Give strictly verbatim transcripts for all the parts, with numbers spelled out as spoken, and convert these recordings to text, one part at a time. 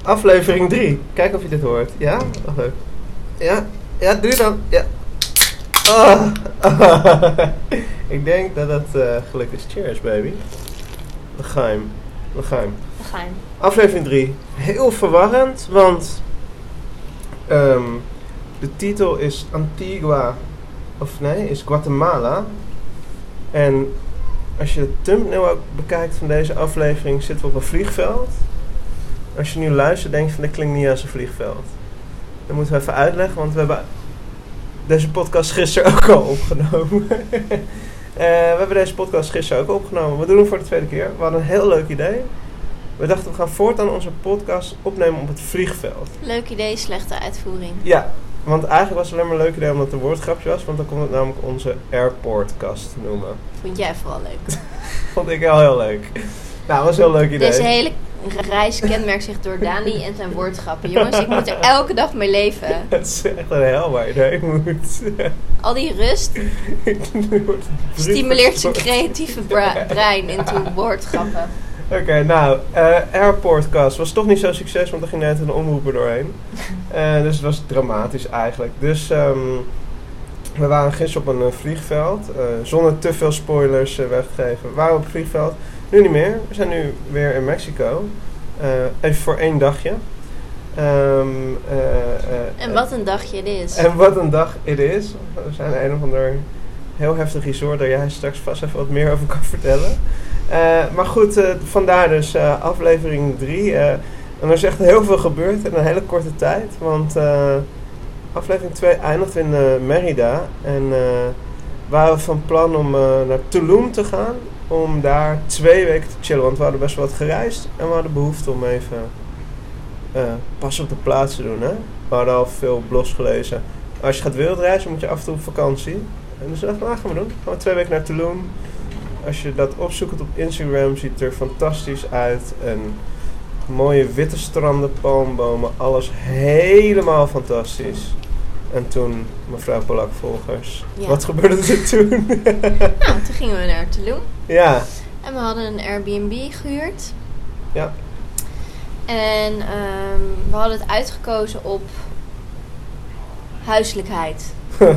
Aflevering drie. Kijk of je dit hoort. Ja? Oh, leuk. Ja? Ja, doe je dan. Ja. Oh. Ik denk dat het uh, geluk is. Cheers, baby. De geheim. De geheim. De geheim. Aflevering drie. Heel verwarrend, want um, de titel is Antigua, of nee, is Guatemala. En als je de thumbnail ook bekijkt van deze aflevering, zitten we op een vliegveld. Als je nu luistert, denk je van, dit klinkt niet als een vliegveld. Dat moeten we even uitleggen, want we hebben deze podcast gisteren ook al opgenomen. uh, we hebben deze podcast gisteren ook opgenomen. We doen hem voor de tweede keer. We hadden een heel leuk idee. We dachten, we gaan voortaan onze podcast opnemen op het vliegveld. Leuk idee, slechte uitvoering. Ja, want eigenlijk was het alleen maar een leuk idee omdat het een woordgrapje was. Want dan kon het namelijk onze airportkast noemen. Vond jij vooral leuk? Vond ik wel heel leuk. Nou, dat was een heel leuk idee. Deze hele reis kenmerkt zich door Dani en zijn woordgrappen. Jongens, ik moet er elke dag mee leven. Het is echt een hel waar je doorheen moet. Al die rust stimuleert zijn creatieve bra- brein into woordgrappen. Oké, okay, nou, uh, Airportcast was toch niet zo'n succes, want er ging net een omroeper doorheen. Uh, dus het was dramatisch eigenlijk. Dus um, we waren gisteren op een uh, vliegveld, uh, zonder te veel spoilers uh, weg te geven. We waren op het vliegveld, nu niet meer. We zijn nu weer in Mexico, uh, even voor één dagje. Um, uh, uh, en wat een dagje het is. En wat een dag het is. We zijn een of ander heel heftig resort, daar jij straks vast even wat meer over kan vertellen. Uh, maar goed, uh, vandaar dus uh, aflevering drie. Uh, en er is echt heel veel gebeurd in een hele korte tijd. Want uh, aflevering twee eindigt in uh, Mérida. En uh, waren we van plan om uh, naar Tulum te gaan. Om daar twee weken te chillen. Want we hadden best wel wat gereisd. En we hadden behoefte om even uh, pas op de plaats te doen. Hè? We hadden al veel blogs gelezen. Als je gaat wereldreizen moet je af en toe op vakantie. En dus we dachten, nou gaan we doen. Gaan we twee weken naar Tulum. Als je dat opzoekt op Instagram, ziet het er fantastisch uit. En mooie witte stranden, palmbomen, alles helemaal fantastisch. En toen, mevrouw Polak-volgers, ja. Wat gebeurde er toen? Nou, toen gingen we naar Tulum. Ja. En we hadden een Airbnb gehuurd. Ja. En um, we hadden het uitgekozen op huiselijkheid.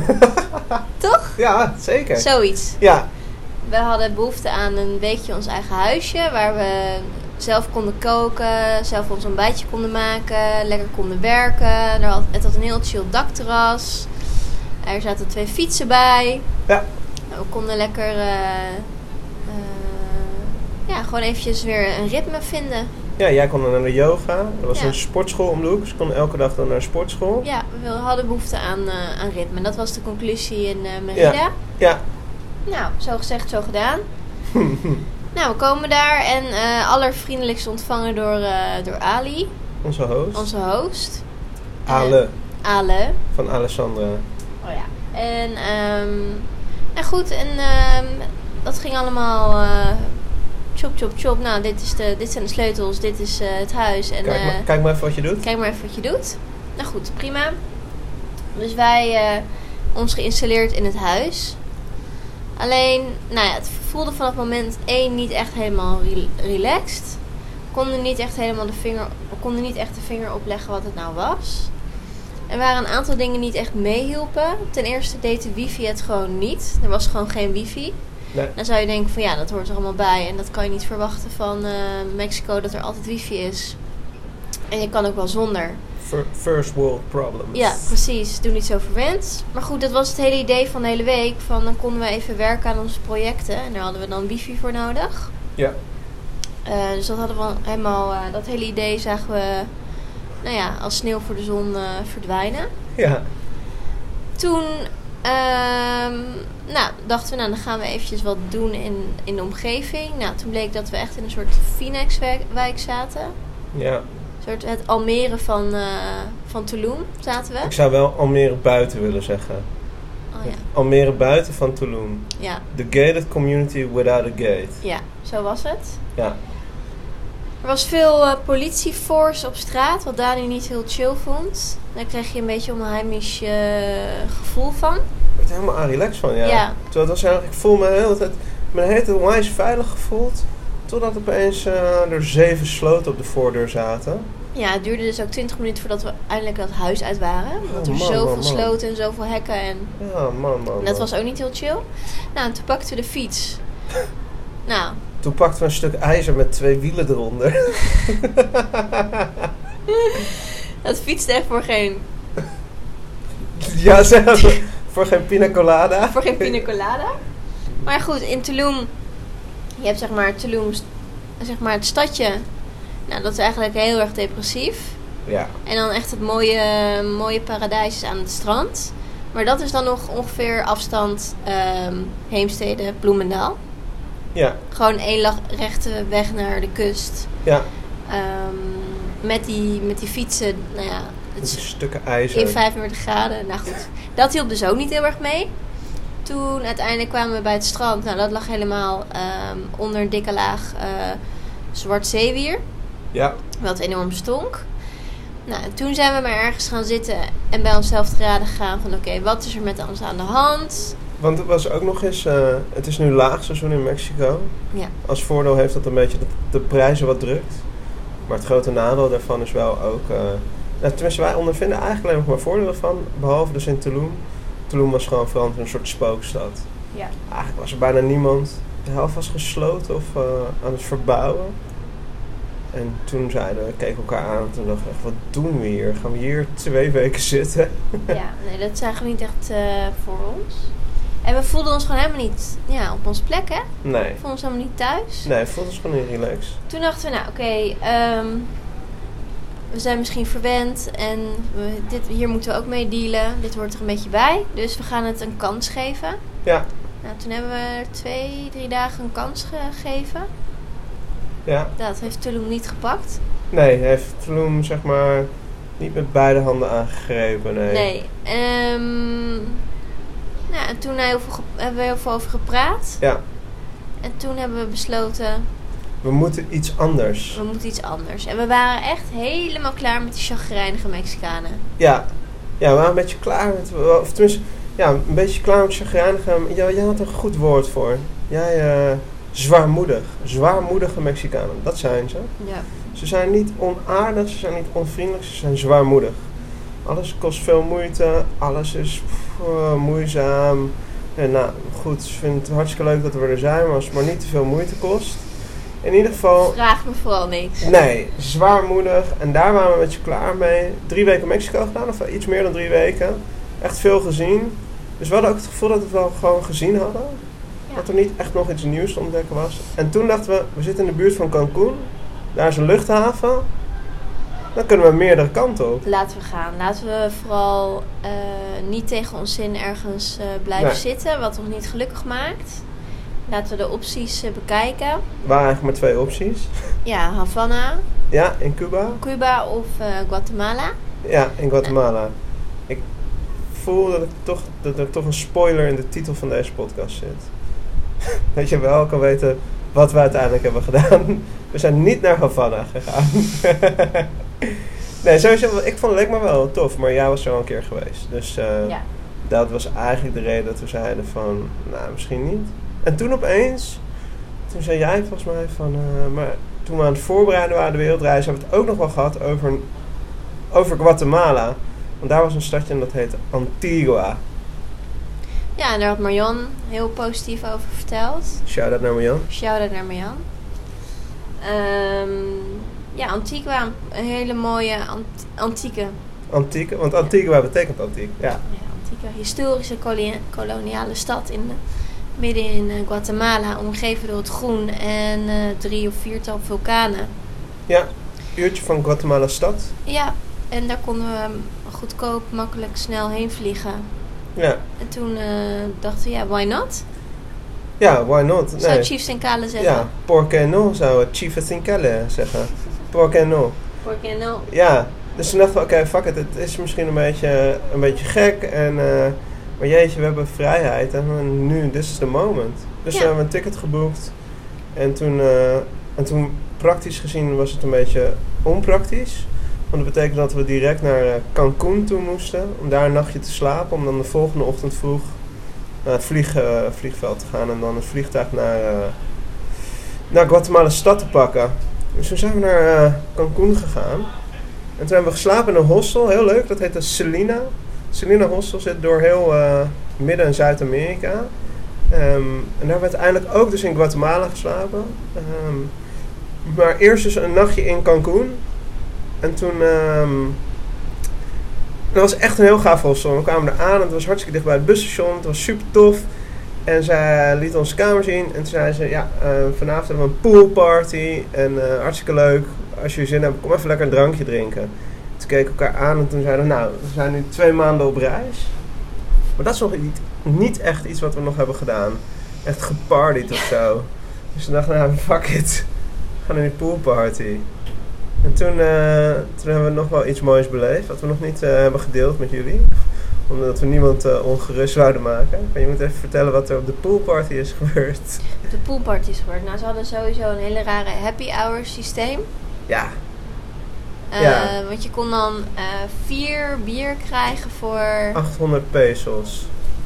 Toch? Ja, zeker. Zoiets. Ja. We hadden behoefte aan een beetje ons eigen huisje, waar we zelf konden koken, zelf ons ontbijtje konden maken, lekker konden werken. Er had, het had een heel chill dakterras. Er zaten twee fietsen bij. Ja. We konden lekker, uh, uh, ja, gewoon eventjes weer een ritme vinden. Ja, jij kon dan naar de yoga. Er was ja. een sportschool om de hoek, dus ik kon elke dag dan naar sportschool. Ja, we hadden behoefte aan, uh, aan ritme. Dat was de conclusie in uh, Mérida. Ja. Ja. Nou, zo gezegd, zo gedaan. Nou, we komen daar en uh, allervriendelijkst ontvangen door, uh, door Ali. Onze host. Onze host. Ale. Uh, Ale. Van Alessandra. Oh ja. En, um, nou goed, en um, dat ging allemaal uh, chop, chop, chop. Nou, dit, is de, dit zijn de sleutels, dit is uh, het huis. En, kijk, maar, uh, kijk maar even wat je doet. Kijk maar even wat je doet. Nou goed, prima. Dus wij uh, ons geïnstalleerd in het huis. Alleen, nou ja, het voelde vanaf moment één niet echt helemaal re- relaxed. We konden niet echt helemaal de vinger, we konden niet echt de vinger opleggen wat het nou was. Er waren een aantal dingen niet echt meehielpen. Ten eerste deed de wifi het gewoon niet. Er was gewoon geen wifi. Nee. Dan zou je denken van ja, dat hoort er allemaal bij. En dat kan je niet verwachten van uh, Mexico, dat er altijd wifi is. En je kan ook wel zonder. First world problems. Ja, precies. Doe niet zo verwend. Maar goed, dat was het hele idee van de hele week. Van dan konden we even werken aan onze projecten. En daar hadden we dan wifi voor nodig. Ja. Uh, dus dat hadden we helemaal, uh, dat hele idee zagen we, nou ja, als sneeuw voor de zon uh, verdwijnen. Ja. Toen, um, nou, dachten we, nou, dan gaan we eventjes wat doen in, in de omgeving. Nou, toen bleek dat we echt in een soort Phoenix-wijk zaten. Ja. Soort het Almere van, uh, van Tulum zaten we. Ik zou wel Almere buiten willen zeggen. Oh, ja. Almere buiten van Tulum. Ja. The gated community without a gate. Ja, zo was het. Ja. Er was veel uh, politieforce op straat, wat Dani niet heel chill vond. Daar kreeg je een beetje een onheimisch uh, gevoel van. Ik werd er helemaal aan relaxed van, ja. ja. Terwijl het was eigenlijk, ik voel me de hele tijd, me de hele tijd onwijs veilig gevoeld. Totdat opeens uh, er zeven sloten op de voordeur zaten. Ja, het duurde dus ook twintig minuten voordat we eindelijk dat huis uit waren. Want Oh, er man, zoveel man, man. sloten en zoveel hekken. En Ja, man, man, man. dat was ook niet heel chill. Nou, en toen pakten we de fiets. Nou, Toen pakten we een stuk ijzer met twee wielen eronder. dat fietste echt voor geen, Ja, zeg, voor geen pina colada. voor geen pina colada. Maar goed, in Tulum, je hebt zeg maar Tulum, zeg maar het stadje. Nou, dat is eigenlijk heel erg depressief. Ja, En dan echt het mooie, mooie paradijs is aan het strand. Maar dat is dan nog ongeveer afstand ehm Heemstede, Bloemendaal. ja, Gewoon één lach- rechte weg naar de kust. ja. Ehm, met, die, met die fietsen, nou ja, het Met is die stukken ijzer. in vijfenveertig graden. Nou goed, dat hielp dus ook niet heel erg mee. Toen uiteindelijk kwamen we bij het strand. Nou, dat lag helemaal ehm, onder een dikke laag eh, zwart zeewier. Ja, Wat enorm stonk. Nou, en toen zijn we maar ergens gaan zitten en bij onszelf te raden gegaan van oké, wat is er met ons aan de hand? want het was ook nog eens... eh, het is nu laagseizoen in Mexico. Ja. Als voordeel heeft dat een beetje dat de prijzen wat drukt. Maar het grote nadeel daarvan is wel ook... eh, nou, tenminste, wij ondervinden eigenlijk alleen nog maar voordelen van. Behalve dus in Tulum. Tulum was gewoon vooral een soort spookstad. Ja. Eigenlijk was er bijna niemand. De helft was gesloten of uh, aan het verbouwen. En toen zeiden we, keken elkaar aan en toen dachten we echt, wat doen we hier? Gaan we hier twee weken zitten? Ja, nee, dat zagen we niet echt uh, voor ons. En we voelden ons gewoon helemaal niet ja, op onze plek, hè? Nee. We voelden ons helemaal niet thuis. Nee, het voelde ons gewoon niet relaxed. Toen dachten we, nou oké, okay, um, we zijn misschien verwend en we, dit, hier moeten we ook mee dealen. Dit hoort er een beetje bij, dus we gaan het een kans geven. Ja. Nou, toen hebben we twee, drie dagen een kans gegeven. Ja. Dat heeft Tulum niet gepakt. Nee, hij heeft Tulum zeg maar niet met beide handen aangegrepen. Nee. Nee. Um, nou, en toen heel veel ge- hebben we heel veel over gepraat. Ja. En toen hebben we besloten, We moeten iets anders. we moeten iets anders. En we waren echt helemaal klaar met die chagrijnige Mexicanen. Ja. Ja, we waren een beetje klaar met... Of tenminste, ja, een beetje klaar met chagrijnige... Ja, jij had er een goed woord voor. Jij... Uh, Zwaarmoedig. Zwaarmoedige Mexicanen. Dat zijn ze. Ja. Ze zijn niet onaardig, ze zijn niet onvriendelijk, ze zijn zwaarmoedig. Alles kost veel moeite, alles is pff, uh, moeizaam. En nou goed, ze vinden het hartstikke leuk dat we er zijn, maar als het maar niet te veel moeite kost. In ieder geval... Vraag me vooral niks. Nee, zwaarmoedig. En daar waren we met je klaar mee. Drie weken Mexico gedaan, of iets meer dan drie weken. Echt veel gezien. Dus we hadden ook het gevoel dat we het wel gewoon gezien hadden. Dat er niet echt nog iets nieuws te ontdekken was. En toen dachten we, we zitten in de buurt van Cancún. Daar is een luchthaven. Dan kunnen we meerdere kanten op. Laten we gaan. Laten we vooral uh, niet tegen ons zin ergens uh, blijven Nee. zitten. Wat ons niet gelukkig maakt. Laten we de opties uh, bekijken. Er waren eigenlijk maar twee opties. Ja, Havana, Ja, in Cuba. Cuba of uh, Guatemala. Ja, in Guatemala. Ik voel dat, ik toch, dat er toch een spoiler in de titel van deze podcast zit. Dat je wel kan weten wat we uiteindelijk hebben gedaan. We zijn niet naar Havana gegaan. Nee, sowieso, ik vond het leek me wel tof, maar jij was er al een keer geweest. Dus uh, Ja. dat was eigenlijk de reden dat we zeiden van, nou, misschien niet. En toen opeens, toen zei jij volgens mij van, uh, maar toen we aan het voorbereiden waren de wereldreis, hebben we het ook nog wel gehad over, over Guatemala. Want daar was een stadje en dat heette Antigua. Ja, en daar had Marjan heel positief over verteld. Shout-out naar Marjan. Shout-out naar Marjan. Um, ja, Antigua, een hele mooie ant- antieke. Antieke, want Antigua betekent antiek. Ja. Ja, antieke historische kolonia- koloniale stad in de, midden in uh, Guatemala, omgeven door het groen en uh, drie of viertal vulkanen. Ja, uurtje van Guatemala stad. Ja, en daar konden we goedkoop, makkelijk, snel heen vliegen. Ja. En toen uh, dachten we, ja, why not? Ja, why not? Zou Nee. Chief Senkale zeggen. Ja, por qué no zou Chief Senkale zeggen. Por qué no. Por qué no? Ja, dus toen dachten we, oké, okay, fuck it, het is misschien een beetje, een beetje gek. En, uh, maar jeetje, we hebben vrijheid en nu, this is the moment. Dus Ja. we hebben een ticket geboekt. En toen, uh, en toen, praktisch gezien, was het een beetje onpraktisch. Want dat betekent dat we direct naar uh, Cancún toe moesten. Om daar een nachtje te slapen. Om dan de volgende ochtend vroeg naar het vlieg, uh, vliegveld te gaan. En dan het vliegtuig naar, uh, naar Guatemala stad te pakken. Dus toen zijn we naar uh, Cancún gegaan. En toen hebben we geslapen in een hostel, heel leuk, dat heette Selina. Selina Hostel zit door heel uh, Midden- en Zuid-Amerika. Um, en daar hebben we uiteindelijk ook dus in Guatemala geslapen. Um, maar eerst dus een nachtje in Cancún. En toen... Um, dat was echt een heel gaaf hostel. We kwamen er aan en het was hartstikke dicht bij het busstation. Het was super tof. En zij liet ons kamer zien. En toen zei ze, ja, uh, vanavond hebben we een poolparty. En uh, hartstikke leuk. Als je zin hebt, kom even lekker een drankje drinken. Toen keken we elkaar aan en toen zeiden we, nou, we zijn nu twee maanden op reis. Maar dat is nog niet, niet echt iets wat we nog hebben gedaan. Echt gepartied of zo. Dus we dachten, nou, fuck it. We gaan naar die poolparty. En toen, uh, toen hebben we nog wel iets moois beleefd. Wat we nog niet uh, hebben gedeeld met jullie. Omdat we niemand uh, ongerust zouden maken. Maar je moet even vertellen wat er op de poolparty is gebeurd. Op de poolparty is gebeurd. Nou, ze hadden sowieso een hele rare happy hour systeem. Ja. Uh, ja. Want je kon dan uh, vier bier krijgen voor... achthonderd pesos.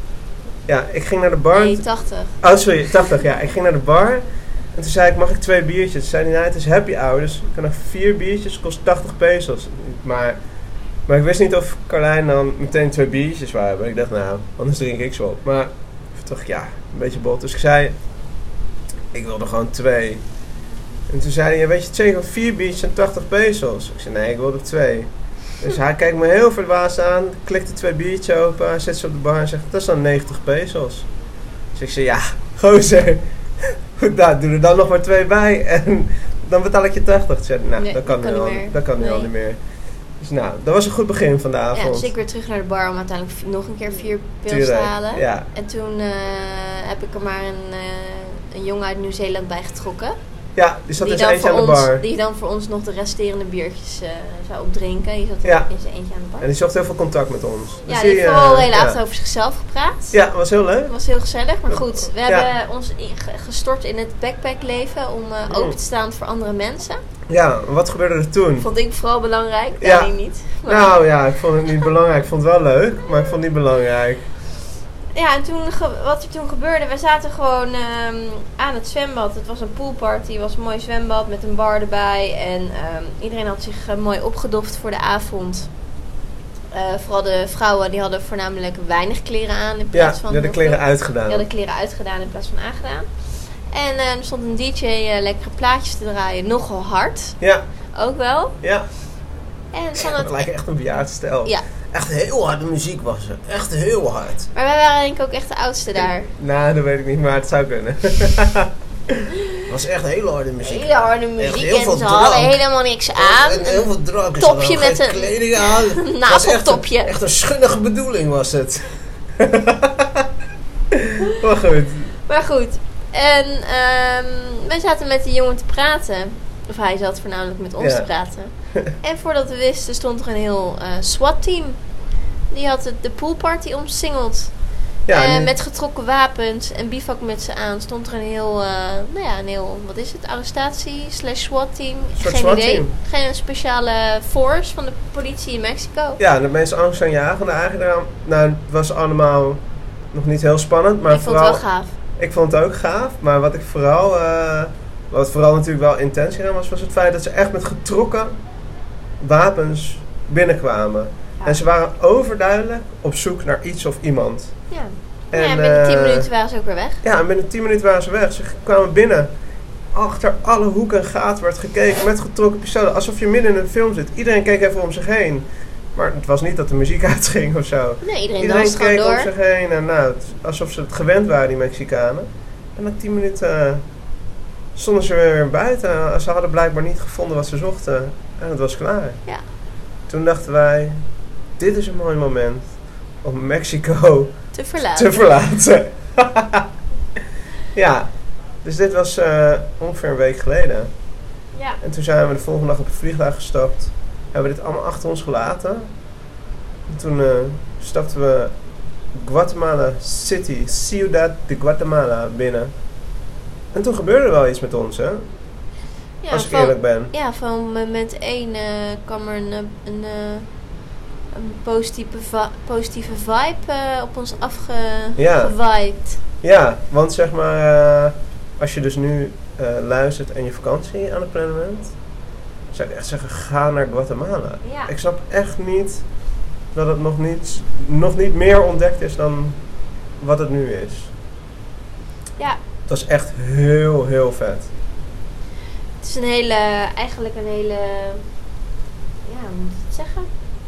Ja, ik ging naar de bar. Nee, tachtig. Oh, sorry, tachtig, ja. Ik ging naar de bar. En toen zei ik, mag ik twee biertjes? Toen zei hij, nou, het is happy hour. Dus ik kan nog vier biertjes, kost tachtig pesos. Maar, maar ik wist niet of Carlijn dan meteen twee biertjes wou hebben. Ik dacht, nou, anders drink ik ze op. Maar toen dacht ik, ja, een beetje bot. Dus ik zei, ik wilde gewoon twee. En toen zei hij, ja, weet je het zeker, vier biertjes en tachtig pesos. Ik zei, nee, ik wilde twee. Dus hij kijkt me heel verbaasd aan, klikt de twee biertjes open, hij zet ze op de bar en zegt, dat is dan negentig pesos. Dus ik zei, ja, gozer, nou, doe er dan nog maar twee bij en dan betaal ik je tachtig. Toen zei hij, nou, nee, dat kan, dat nu, kan al, niet meer. dat kan nu Nee. al niet meer. Dus nou, dat was een goed begin van de avond. Ja, dus ik weer terug naar de bar om uiteindelijk v- nog een keer vier pils te Tuurlijk, halen. ja. En toen uh, heb ik er maar een, uh, een jongen uit Nieuw-Zeeland bij getrokken. Ja, die zat die, in zijn dan eentje voor aan de ons, bar. die dan voor ons nog de resterende biertjes uh, zou opdrinken. Die zat Ja. in zijn eentje aan de bar. En die zocht heel veel contact met ons. Dus Ja, die heeft vooral uh, de hele ja. avond over zichzelf gepraat. Ja, dat was heel leuk. Dat was heel gezellig, maar goed. We Ja. hebben ons in- ge- gestort in het backpackleven om uh, open te staan voor andere mensen. Ja, wat gebeurde er toen? Vond ik vooral belangrijk, Ja. Dani niet. Maar- Nou ja, ik vond het niet belangrijk. Ik vond het wel leuk, maar ik vond het niet belangrijk. Ja, en toen, ge- wat er toen gebeurde, we zaten gewoon um, aan het zwembad. Het was een poolparty, het was een mooi zwembad met een bar erbij. En um, iedereen had zich uh, mooi opgedoft voor de avond. Uh, vooral de vrouwen, die hadden voornamelijk weinig kleren aan in Ja, plaats die van... hadden heel kleren veel. uitgedaan. Die hadden kleren uitgedaan in plaats van aangedaan. En uh, er stond een D J uh, lekkere plaatjes te draaien, nogal hard. Ja, Ook wel. ja. En van Het het... lijkt echt een bejaardstijl. Ja, Echt heel harde muziek was er. Echt heel hard. maar wij waren denk ik ook echt de oudste daar. Nou, dat weet ik niet, maar het zou kunnen. Het was echt heel harde muziek. Hele harde Echt muziek heel en veel ze hadden drank. helemaal niks aan. En heel veel drank. Ze Topje hadden met geen een kleding aan. Het was echt een- naveltopje. Echt een schunnige bedoeling was het. Maar goed. Maar goed. En um, wij zaten met die jongen te praten. Of hij zat voornamelijk met ons Ja. te praten. En voordat we wisten stond er een heel uh, SWAT-team. Die had het, de poolparty omsingeld. Ja, En en- met getrokken wapens en bivak met ze aan stond er een heel, uh, nou ja, een heel, wat is het, arrestatie slash SWAT-team? soort Geen idee. SWAT-team. Geen speciale force van de politie in Mexico. Ja, de mensen angst aanjagende aangedaan. Nou, het was allemaal nog niet heel spannend, maar Ik vond vooral... het wel gaaf. Ik vond het ook gaaf, maar wat ik vooral, uh, wat vooral natuurlijk wel intens aan was, was het feit dat ze echt met getrokken wapens binnenkwamen. Ja. En ze waren overduidelijk op zoek naar iets of iemand. Ja. En, ja, en binnen tien uh, minuten waren ze ook weer weg. Ja, en binnen tien minuten waren ze weg. Ze kwamen binnen. Achter alle hoeken en gaten werd gekeken met getrokken pistolen. Alsof je midden in een film zit. Iedereen keek even om zich heen. Maar het was niet dat de muziek uitging of zo. Nee, iedereen, Iedereen danste gewoon keek door. om zich heen. En nou, het, alsof ze het gewend waren, die Mexicanen. En na tien minuten uh, stonden ze weer buiten. Ze hadden blijkbaar niet gevonden wat ze zochten. En het was klaar. Ja. Toen dachten wij, dit is een mooi moment om Mexico Te verlaten. te verlaten. Ja, dus dit was uh, ongeveer een week geleden. Ja. En toen zijn we de volgende dag op het vliegtuig gestapt. Hebben we dit allemaal achter ons gelaten. En toen uh, stapten we Guatemala City, Ciudad de Guatemala binnen. En toen gebeurde er wel iets met ons, hè? Ja, Als ik van, eerlijk ben. Ja, van moment één uh, kwam er een, een, uh, een positieve, vi- positieve vibe uh, op ons Ja. afgewaaid. Ja, want zeg maar, uh, als je dus nu uh, luistert en je vakantie aan het plannen bent. zou ik echt zeggen, ga naar Guatemala. Ja. Ik snap echt niet dat het nog niet, nog niet meer ontdekt is dan wat het nu is. Ja. Het was echt heel, heel vet. Het is een hele, eigenlijk een hele, ja, hoe moet ik het zeggen?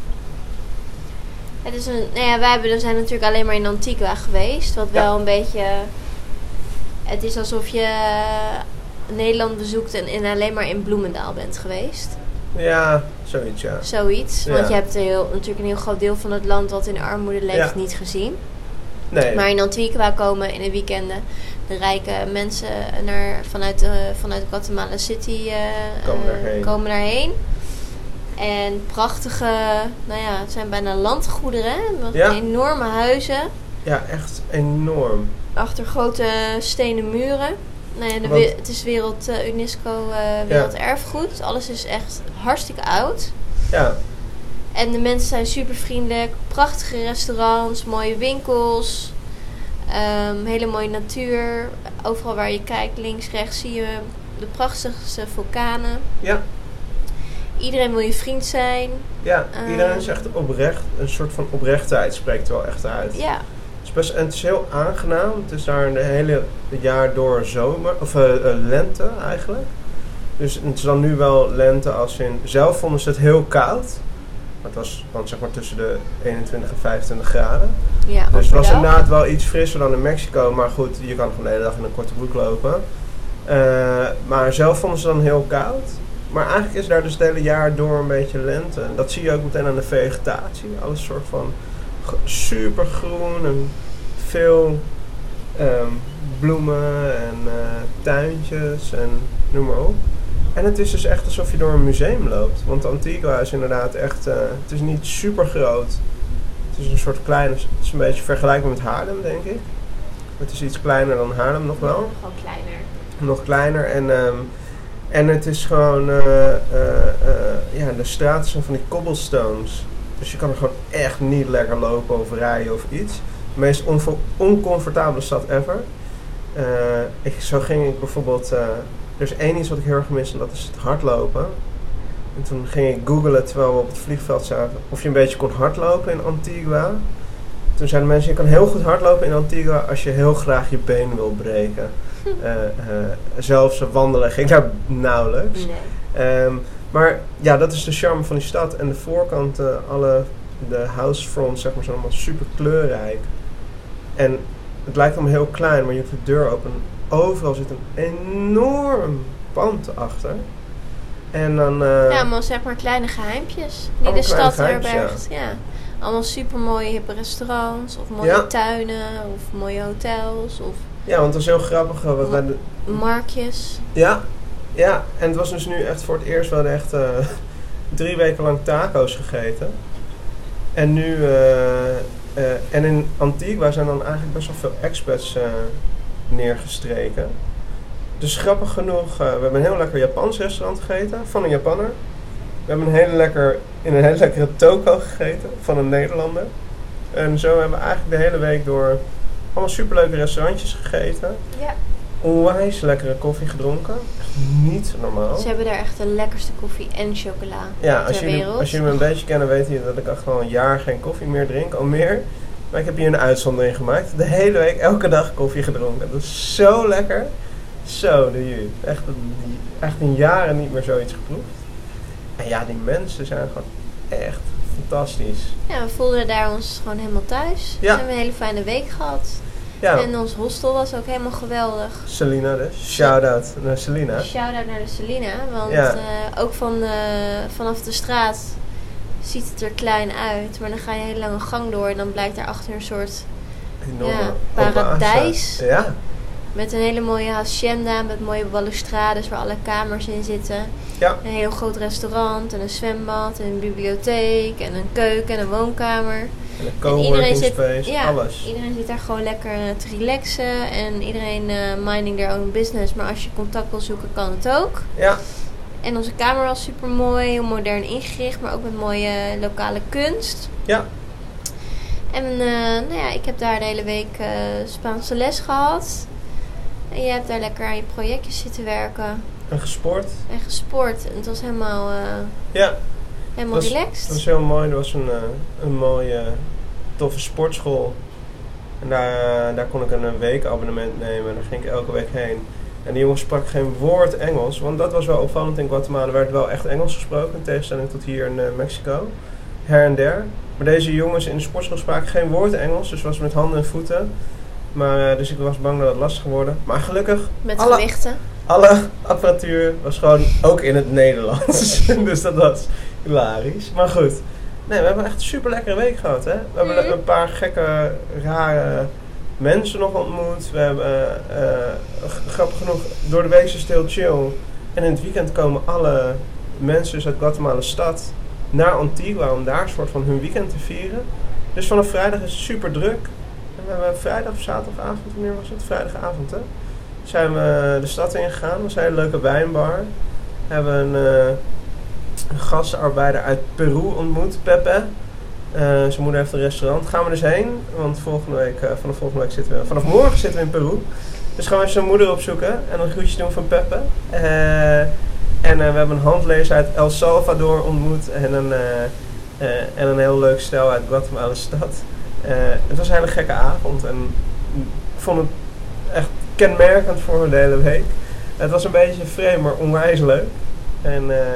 Het is een, nou ja, wij hebben, we zijn natuurlijk alleen maar in Antigua geweest. Wat wel Ja. een beetje, het is alsof je Nederland bezoekt en, en alleen maar in Bloemendaal bent geweest. Ja, zoiets, ja. Zoiets. Ja. Want je hebt een heel, natuurlijk een heel groot deel van het land wat in armoede leeft Ja. niet gezien. Nee. Maar in Antigua komen in de weekenden de rijke mensen naar, vanuit, de, vanuit Guatemala City uh, Komen uh, daarheen. komen daarheen. En prachtige, nou ja, het zijn bijna landgoederen. Hè? Ja. Enorme huizen. Ja, echt enorm. Achter grote stenen muren. Nou ja, de Want- we- het is wereld, uh, UNESCO uh, werelderfgoed. Alles is echt hartstikke oud. Ja, En de mensen zijn super vriendelijk. Prachtige restaurants, mooie winkels. Um, hele mooie natuur. Overal waar je kijkt, links, rechts, zie je de prachtigste vulkanen. ja, Iedereen wil je vriend zijn. ja. Ehm. Iedereen is echt oprecht. Een soort van oprechtheid spreekt er wel echt uit. Ja, Het is, best, en het is heel aangenaam. Het is daar een hele jaar door zomer, of uh, uh, lente eigenlijk. Dus het is dan nu wel lente als in... Zelf vonden ze het heel koud. Maar het was dan zeg maar tussen de eenentwintig en vijfentwintig graden. ja. Dus het was overdag. inderdaad wel iets frisser dan in Mexico. Maar goed, je kan gewoon de hele dag in een korte broek lopen. Uh, maar zelf vonden ze dan heel koud. Maar eigenlijk is daar dus het hele jaar door een beetje lente. En dat zie je ook meteen aan de vegetatie. Alles soort van super groen en veel um, bloemen en uh, tuintjes en noem maar op. En het is dus echt alsof je door een museum loopt. Want Antigua is inderdaad echt, uh, het is niet super groot. Het is een soort klein, het is een beetje vergelijkbaar met Haarlem, denk ik. Het is iets kleiner dan Haarlem nog wel. Gewoon kleiner. Nog kleiner en, um, en het is gewoon, uh, uh, uh, ja, de straten zijn van die cobblestones. Dus je kan er gewoon echt niet lekker lopen of rijden of iets. De meest onvo- oncomfortabele stad ever. Uh, ik, zo ging ik bijvoorbeeld, uh, er is één iets wat ik heel erg mis en dat is het hardlopen. En toen ging ik googlen terwijl we op het vliegveld zaten of je een beetje kon hardlopen in Antigua. Toen zeiden mensen, je kan heel goed hardlopen in Antigua als je heel graag je been wil breken. Uh, uh, zelfs wandelen ging daar nauwelijks. Nee. Um, maar ja, dat is de charme van die stad. En de voorkant, uh, alle de housefronts, zeg maar, zijn allemaal super kleurrijk. En het lijkt allemaal heel klein, maar je doet de deur open. Overal zit een enorm pand achter. En dan... Uh, Ja, allemaal zeg maar kleine geheimpjes die Allemaal de kleine stad geheimpjes, herbergt. Ja. Allemaal super mooie hippe restaurants of mooie Ja. tuinen of mooie hotels of ja, want dat is heel grappig. Uh, wat wij de, marktjes. ja, ja, en het was dus nu echt voor het eerst, we hadden echt uh, drie weken lang taco's gegeten. En nu, uh, uh, en in Antigua zijn dan eigenlijk best wel veel expats uh, neergestreken. Dus grappig genoeg, uh, we hebben een heel lekker Japans restaurant gegeten van een Japanner. We hebben een hele lekker, in een hele lekkere toko gegeten van een Nederlander. En zo hebben we eigenlijk de hele week door allemaal superleuke restaurantjes gegeten. Ja. Onwijs lekkere koffie gedronken. Echt niet normaal. Ze hebben daar echt de lekkerste koffie en chocola Ja, ter als jullie, wereld. als jullie me een beetje kennen, weten jullie dat ik echt al een jaar geen koffie meer drink, al meer. Maar ik heb hier een uitzondering gemaakt. De hele week, elke dag koffie gedronken. Dat is zo lekker. Zo, de jullie. Echt, echt in jaren niet meer zoiets geproefd. En ja, die mensen zijn gewoon echt fantastisch. Ja, we voelden daar ons gewoon helemaal thuis. Ja. We hebben een hele fijne week gehad. Ja, En ons hostel was ook helemaal geweldig. Selina dus. Shout-out naar Selina. Shout-out naar de Selina. Want Ja. uh, ook van, uh, vanaf de straat ziet het er klein uit. Maar dan ga je een hele lange gang door. En dan blijkt daarachter een soort Enorme ja, oase. paradijs. Ja, Met een hele mooie hacienda. Met mooie balustrades waar alle kamers in zitten. ja. Een heel groot restaurant. En een zwembad. En een bibliotheek. En een keuken. En een woonkamer. En een En coworking space. ja, alles. iedereen zit daar gewoon lekker uh, te relaxen. En iedereen uh, minding their own business. Maar als je contact wil zoeken, kan het ook. Ja, En onze kamer was super mooi, heel modern ingericht, maar ook met mooie lokale kunst. ja. En uh, nou ja, ik heb daar de hele week uh, Spaanse les gehad. En je hebt daar lekker aan je projectjes zitten werken. En gesport. En gesport. En het was helemaal, uh, ja. helemaal was, relaxed. Het was heel mooi. Er was een, uh, een mooie, toffe sportschool. En daar, daar kon ik een weekabonnement nemen. En daar ging ik elke week heen. En die jongen sprak geen woord Engels. Want dat was wel opvallend. In Guatemala werd wel echt Engels gesproken. In tegenstelling tot hier in uh, Mexico. Her en der. Maar deze jongens in de sportschool spraken geen woord Engels. Dus was met handen en voeten. Maar, uh, dus ik was bang dat het lastig geworden. Maar gelukkig... Met alle, gewichten. Alle apparatuur was gewoon ook in het Nederlands. Dus dat was hilarisch. Maar goed. Nee, we hebben echt een super lekkere week gehad. Hè? We hebben mm. een paar gekke, rare mensen nog ontmoet. We hebben, uh, uh, grappig genoeg, door de week is het heel chill. En in het weekend komen alle mensen uit Guatemala stad naar Antigua om daar een soort van hun weekend te vieren. Dus vanaf vrijdag is het super druk. En we hebben vrijdag of zaterdagavond, wanneer was het? Vrijdagavond, hè? Zijn we de stad ingegaan. Dat was een hele leuke wijnbar. We hebben een, uh, een gastarbeider uit Peru ontmoet, Pepe. Uh, zijn moeder heeft een restaurant. Gaan we dus heen, want volgende week, uh, vanaf volgende week zitten we, vanaf morgen zitten we in Peru. Dus gaan we even zijn moeder opzoeken en een groetje doen van Pepe. Uh, en uh, we hebben een handlezer uit El Salvador ontmoet en een, uh, uh, en een heel leuk stel uit Guatemala stad. Uh, het was een hele gekke avond en ik vond het echt kenmerkend voor de hele week. Het was een beetje vreemd, maar onwijs leuk. En, uh,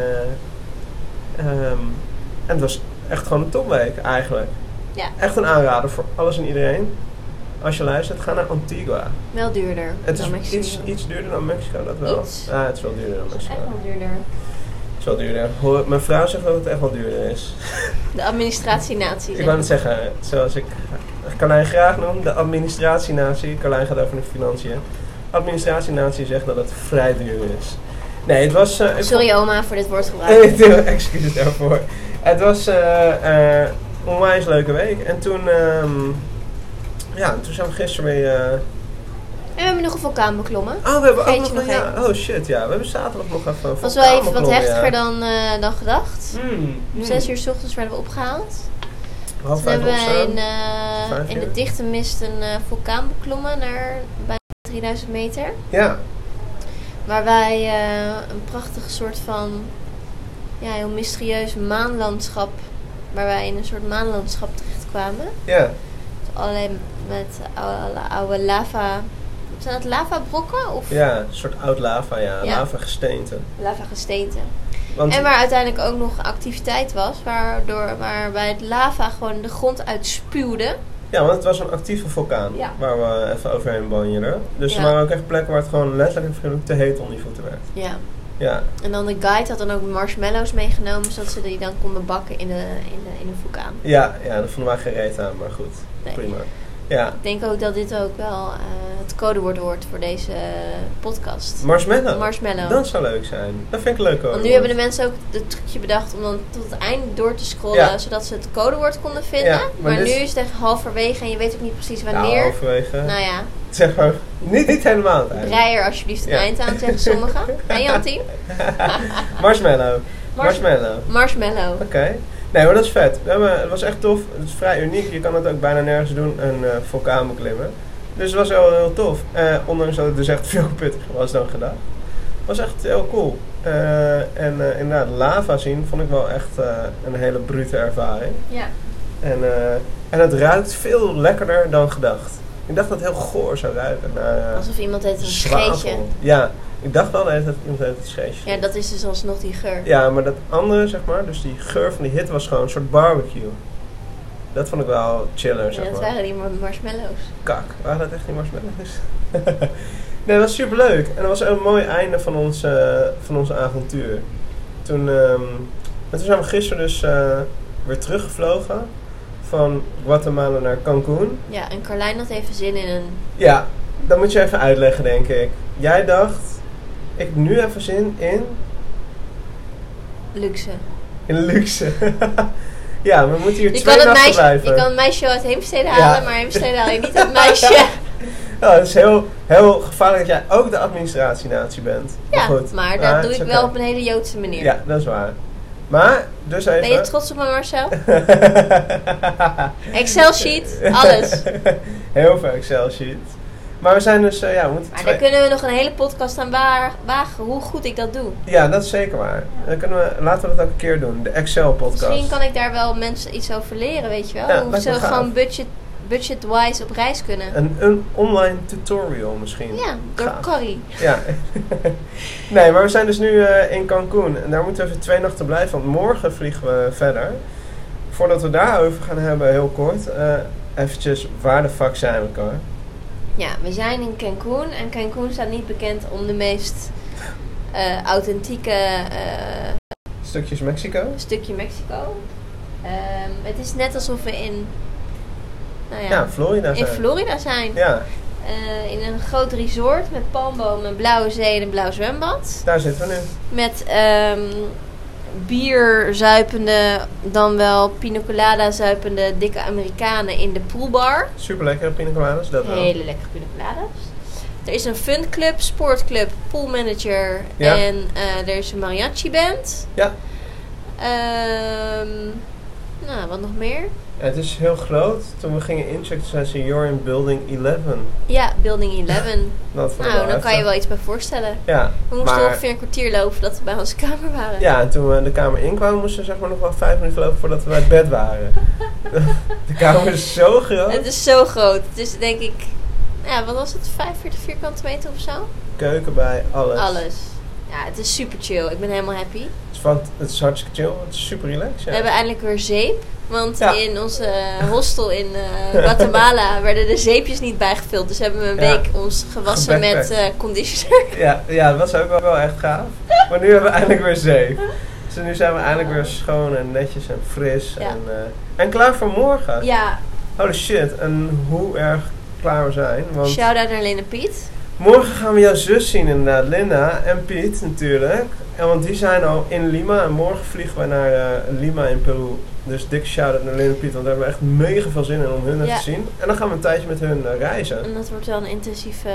um, en het was echt gewoon een topweek eigenlijk. Ja. Echt een aanrader voor alles en iedereen. Als je luistert, ga naar Antigua. Wel duurder het dan is Mexico. Iets, iets duurder dan Mexico, dat wel. Iets. Ja, het is wel duurder dan Mexico. Echt wel duurder. Het is wel duurder. Hoor, mijn vrouw zegt dat het echt wel duurder is. De administratienatie. Ik wou het zeggen, zoals ik Carlijn graag noem, de administratienatie. Carlijn gaat over de financiën. Administratienatie zegt dat het vrij duur is. Nee, het was... Uh, Sorry vond... oma voor dit woordgebruik. Excuses daarvoor. Het was uh, uh, onwijs leuke week. En toen... Um, ja, toen zijn we gisteren weer... Uh... En we hebben nog een vulkaan beklommen. Oh, we hebben Vergeet ook nog, nog een... Ja, oh shit, ja. We hebben zaterdag nog even een vulkaan was wel even wat heftiger ja. dan, uh, dan gedacht. Mm, Om mm. zes uur 's ochtends werden we opgehaald. Half Toen hebben opstaan. we in, uh, in de dichte mist een uh, vulkaan beklommen naar bijna drieduizend meter. Ja. Waar wij uh, een prachtig soort van, ja, heel mysterieus maanlandschap, waar wij in een soort maanlandschap terechtkwamen. Ja. Dus allerlei met oude, oude lava, zijn dat lavabrokken? Of? Ja, een soort oud lava, ja. Ja. Lava gesteente. Lava gesteente. Want En waar uiteindelijk ook nog activiteit was, waardoor, waarbij het lava gewoon de grond uitspuwde. Ja, want het was een actieve vulkaan Ja. waar we even overheen banjeren. Dus Ja. er waren ook echt plekken waar het gewoon letterlijk en figuurlijk te heet onder je voeten werd. Ja. Ja. En dan de guide had dan ook marshmallows meegenomen, zodat ze die dan konden bakken in de, in de, in de vulkaan. Ja, ja, dat vonden wij geen reet aan, maar goed. Nee. Prima. Ja. Ik denk ook dat dit ook wel uh, het codewoord wordt voor deze podcast. Marshmallow? Marshmallow. Dat zou leuk zijn. Dat vind ik leuk hoor. Want nu hebben de mensen ook het trucje bedacht om dan tot het einde door te scrollen, Ja. zodat ze het codewoord konden vinden. Ja, maar maar nu dit- is het echt halverwege en je weet ook niet precies Ja, wanneer. halverwege. Nou ja, Zeg maar, niet, niet helemaal het einde. brei er alsjeblieft een Ja. eind aan, zeggen sommigen. Hé Jantie? Marshmallow. Mars- Marshmallow. Marshmallow. Oké. Okay. Nee, maar dat is vet. We hebben, het was echt tof. Het is vrij uniek. Je kan het ook bijna nergens doen, een uh, vulkaan beklimmen. Dus het was wel heel tof. Uh, ondanks dat het dus echt veel pittiger was dan gedacht. Het was echt heel cool. Uh, en uh, inderdaad, lava zien vond ik wel echt uh, een hele brute ervaring. Ja. En, uh, en het ruikt veel lekkerder dan gedacht. Ik dacht dat het heel goor zou ruiken. Naar, uh, Alsof iemand heeft een zwavel. scheetje. Ja, ik dacht wel dat iemand heeft het scheetje. Ja, dat is dus alsnog die geur. Ja, maar dat andere, zeg maar, dus die geur van die hit was gewoon een soort barbecue. Dat vond ik wel chiller, Ja, zeg dat maar. waren die mar- marshmallows. Kak, waren dat echt die marshmallows? Nee, dat was super leuk. En dat was een mooi einde van ons, uh, van ons avontuur. Toen, um, toen zijn we gisteren dus uh, weer teruggevlogen van Guatemala naar Cancún. Ja, en Carlijn had even zin in een... Ja, dat moet je even uitleggen, denk ik. Jij dacht, ik heb nu even zin in... luxe. In luxe. Ja, we moeten hier Je twee kan, het nachten meisje, blijven. je kan het meisje uit Heemstede Ja. halen, maar Heemstede haal je niet het meisje. Ja, het is heel, heel gevaarlijk dat jij ook de administratienatie bent. Ja, goed. maar dat Maar doe het ik is wel oké. op een hele Joodse manier. Ja, dat is waar. Maar, dus even... Ben je trots op me, Marcel? Excel sheet, alles. Heel veel Excel sheet. Maar we zijn dus, uh, ja, we moeten Maar twee... daar kunnen we nog een hele podcast aan wa- wagen hoe goed ik dat doe. Ja, dat is zeker waar. Dan kunnen we, laten we dat ook een keer doen. De Excel-podcast. Misschien kan ik daar wel mensen iets over leren, weet je wel. Ja, hoe lijkt me ze gaaf. gewoon budget, budget-wise op reis kunnen. Een, een online tutorial misschien. Ja, door Gaaf. Corrie. Ja. Nee, maar we zijn dus nu uh, in Cancun. En daar moeten we even twee nachten blijven. Want morgen vliegen we verder. Voordat we daarover gaan hebben, heel kort. Uh, eventjes, waar de fuck zijn we, Cor? Ja, we zijn in Cancun. En Cancun staat niet bekend om de meest uh, authentieke uh, Stukjes Mexico. stukje Mexico. Um, het is net alsof we in, nou ja, Ja, Florida in zijn. Florida zijn. Ja, Uh, in een groot resort met palmbomen, een blauwe zee en een blauw zwembad. daar zitten we nu. Met um, bier zuipende, dan wel pina colada zuipende dikke Amerikanen in de poolbar. Super lekkere pina coladas, dat wel. Hele lekkere pina coladas. Er is een funclub, sportclub, poolmanager Ja. en uh, er is een mariachi band. Ja. Um, nou, wat nog meer? Ja, het is heel groot. Toen we gingen inchecken, zei ze, you're in building elf. Ja, Building elf. Dat vond ik Nou, wel dan kan heftig. je wel iets bij voorstellen. Ja, We moesten maar... ongeveer een kwartier lopen voordat we bij onze kamer waren. Ja, en toen we de kamer inkwamen, moesten we zeg maar nog wel vijf minuten lopen voordat we bij het bed waren. De kamer is zo groot. Het is zo groot. Het is denk ik, ja, wat was het? vijfenveertig vierkante meter of zo? Keuken bij, alles. Alles. Ja, het is super chill. Ik ben helemaal happy. Het is, van, het is hartstikke chill. Het is super relaxed. Ja. We hebben eindelijk weer zeep. Want Ja. in onze hostel in uh, Guatemala werden de zeepjes niet bijgevuld. Dus hebben we een Ja. week ons gewassen Gebackpackt. met uh, conditioner. Ja, ja, dat was ook wel, wel echt gaaf. Maar nu hebben we eindelijk weer zeep. Dus nu zijn we eindelijk weer schoon en netjes en fris. Ja. En, uh, en klaar voor morgen. Ja, Holy shit. En hoe erg klaar we zijn. Want shout-out naar Lynn en Piet. morgen gaan we jouw zus zien inderdaad. Linda en Piet natuurlijk. En want die zijn al in Lima. En morgen vliegen we naar uh, Lima in Peru. Dus dikke shout-out naar Linda en Piet. Want daar hebben we echt mega veel zin in om hun Ja. te zien. En dan gaan we een tijdje met hun uh, reizen. En dat wordt wel een intensieve,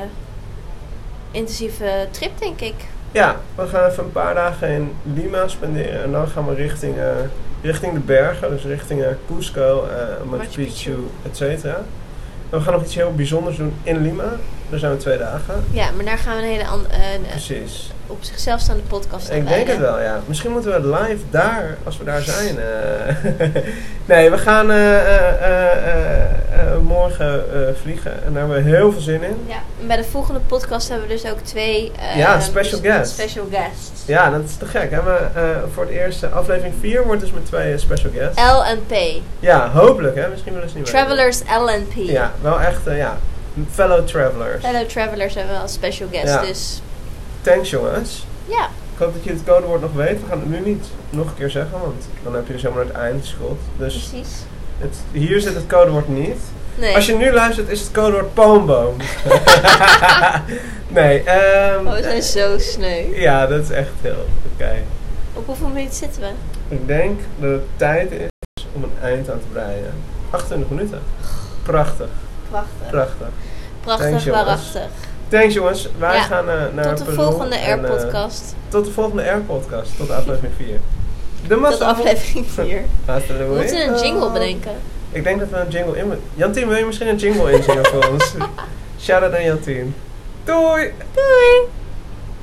intensieve trip, denk ik. Ja, we gaan even een paar dagen in Lima spenderen. En dan gaan we richting, uh, richting de bergen. Dus richting uh, Cusco, uh, Machu Machu Picchu. Picchu, et cetera. En we gaan nog iets heel bijzonders doen in Lima. Daar zijn we twee dagen. Ja, maar daar gaan we een hele an- uh, uh, Precies. op zichzelf staande podcast aan Ik denk het wijden. wel, ja. Misschien moeten we live daar, als we daar zijn. Uh, nee, we gaan uh, uh, uh, uh, morgen uh, vliegen. En daar hebben we heel veel zin in. Ja, en bij de volgende podcast hebben we dus ook twee uh, Ja, special guests. special guests. Ja, dat is te gek. Hè? We, uh, voor het eerst, uh, aflevering vier wordt dus met twee uh, special guests. L en P. Ja, hopelijk. Hè? Misschien willen ze niet weten. Travelers L en P. Ja, wel echt, uh, ja. Fellow travelers. Fellow travelers hebben we als special guest, Ja. dus Thanks jongens. ja. Ik hoop dat je het codewoord nog weet. We gaan het nu niet nog een keer zeggen, want dan heb je dus helemaal het eindschot. Dus Precies. het, hier zit het codewoord niet. Nee. Als je nu luistert, is het codewoord palmboom. nee, ehm Oh, we zijn zo sneu. ja, dat is echt heel oké. Op hoeveel minuten zitten we? Ik denk dat het tijd is om een eind aan te breien. achtentwintig minuten. Prachtig, Prachtig. prachtig. Prachtig, Thanks, jongens. waarachtig. Thanks jongens, wij Ja, gaan uh, naar Tot de Peru volgende en, uh, Air-podcast. tot de volgende Air-podcast, tot aflevering vier. De Tot massa aflevering vier. Hasta We moeten een jingle bedenken. Ik denk dat we een jingle in moeten. Jantien, wil je misschien een jingle inzingen voor ons? Shout-out aan Jantien. Doei! Doei!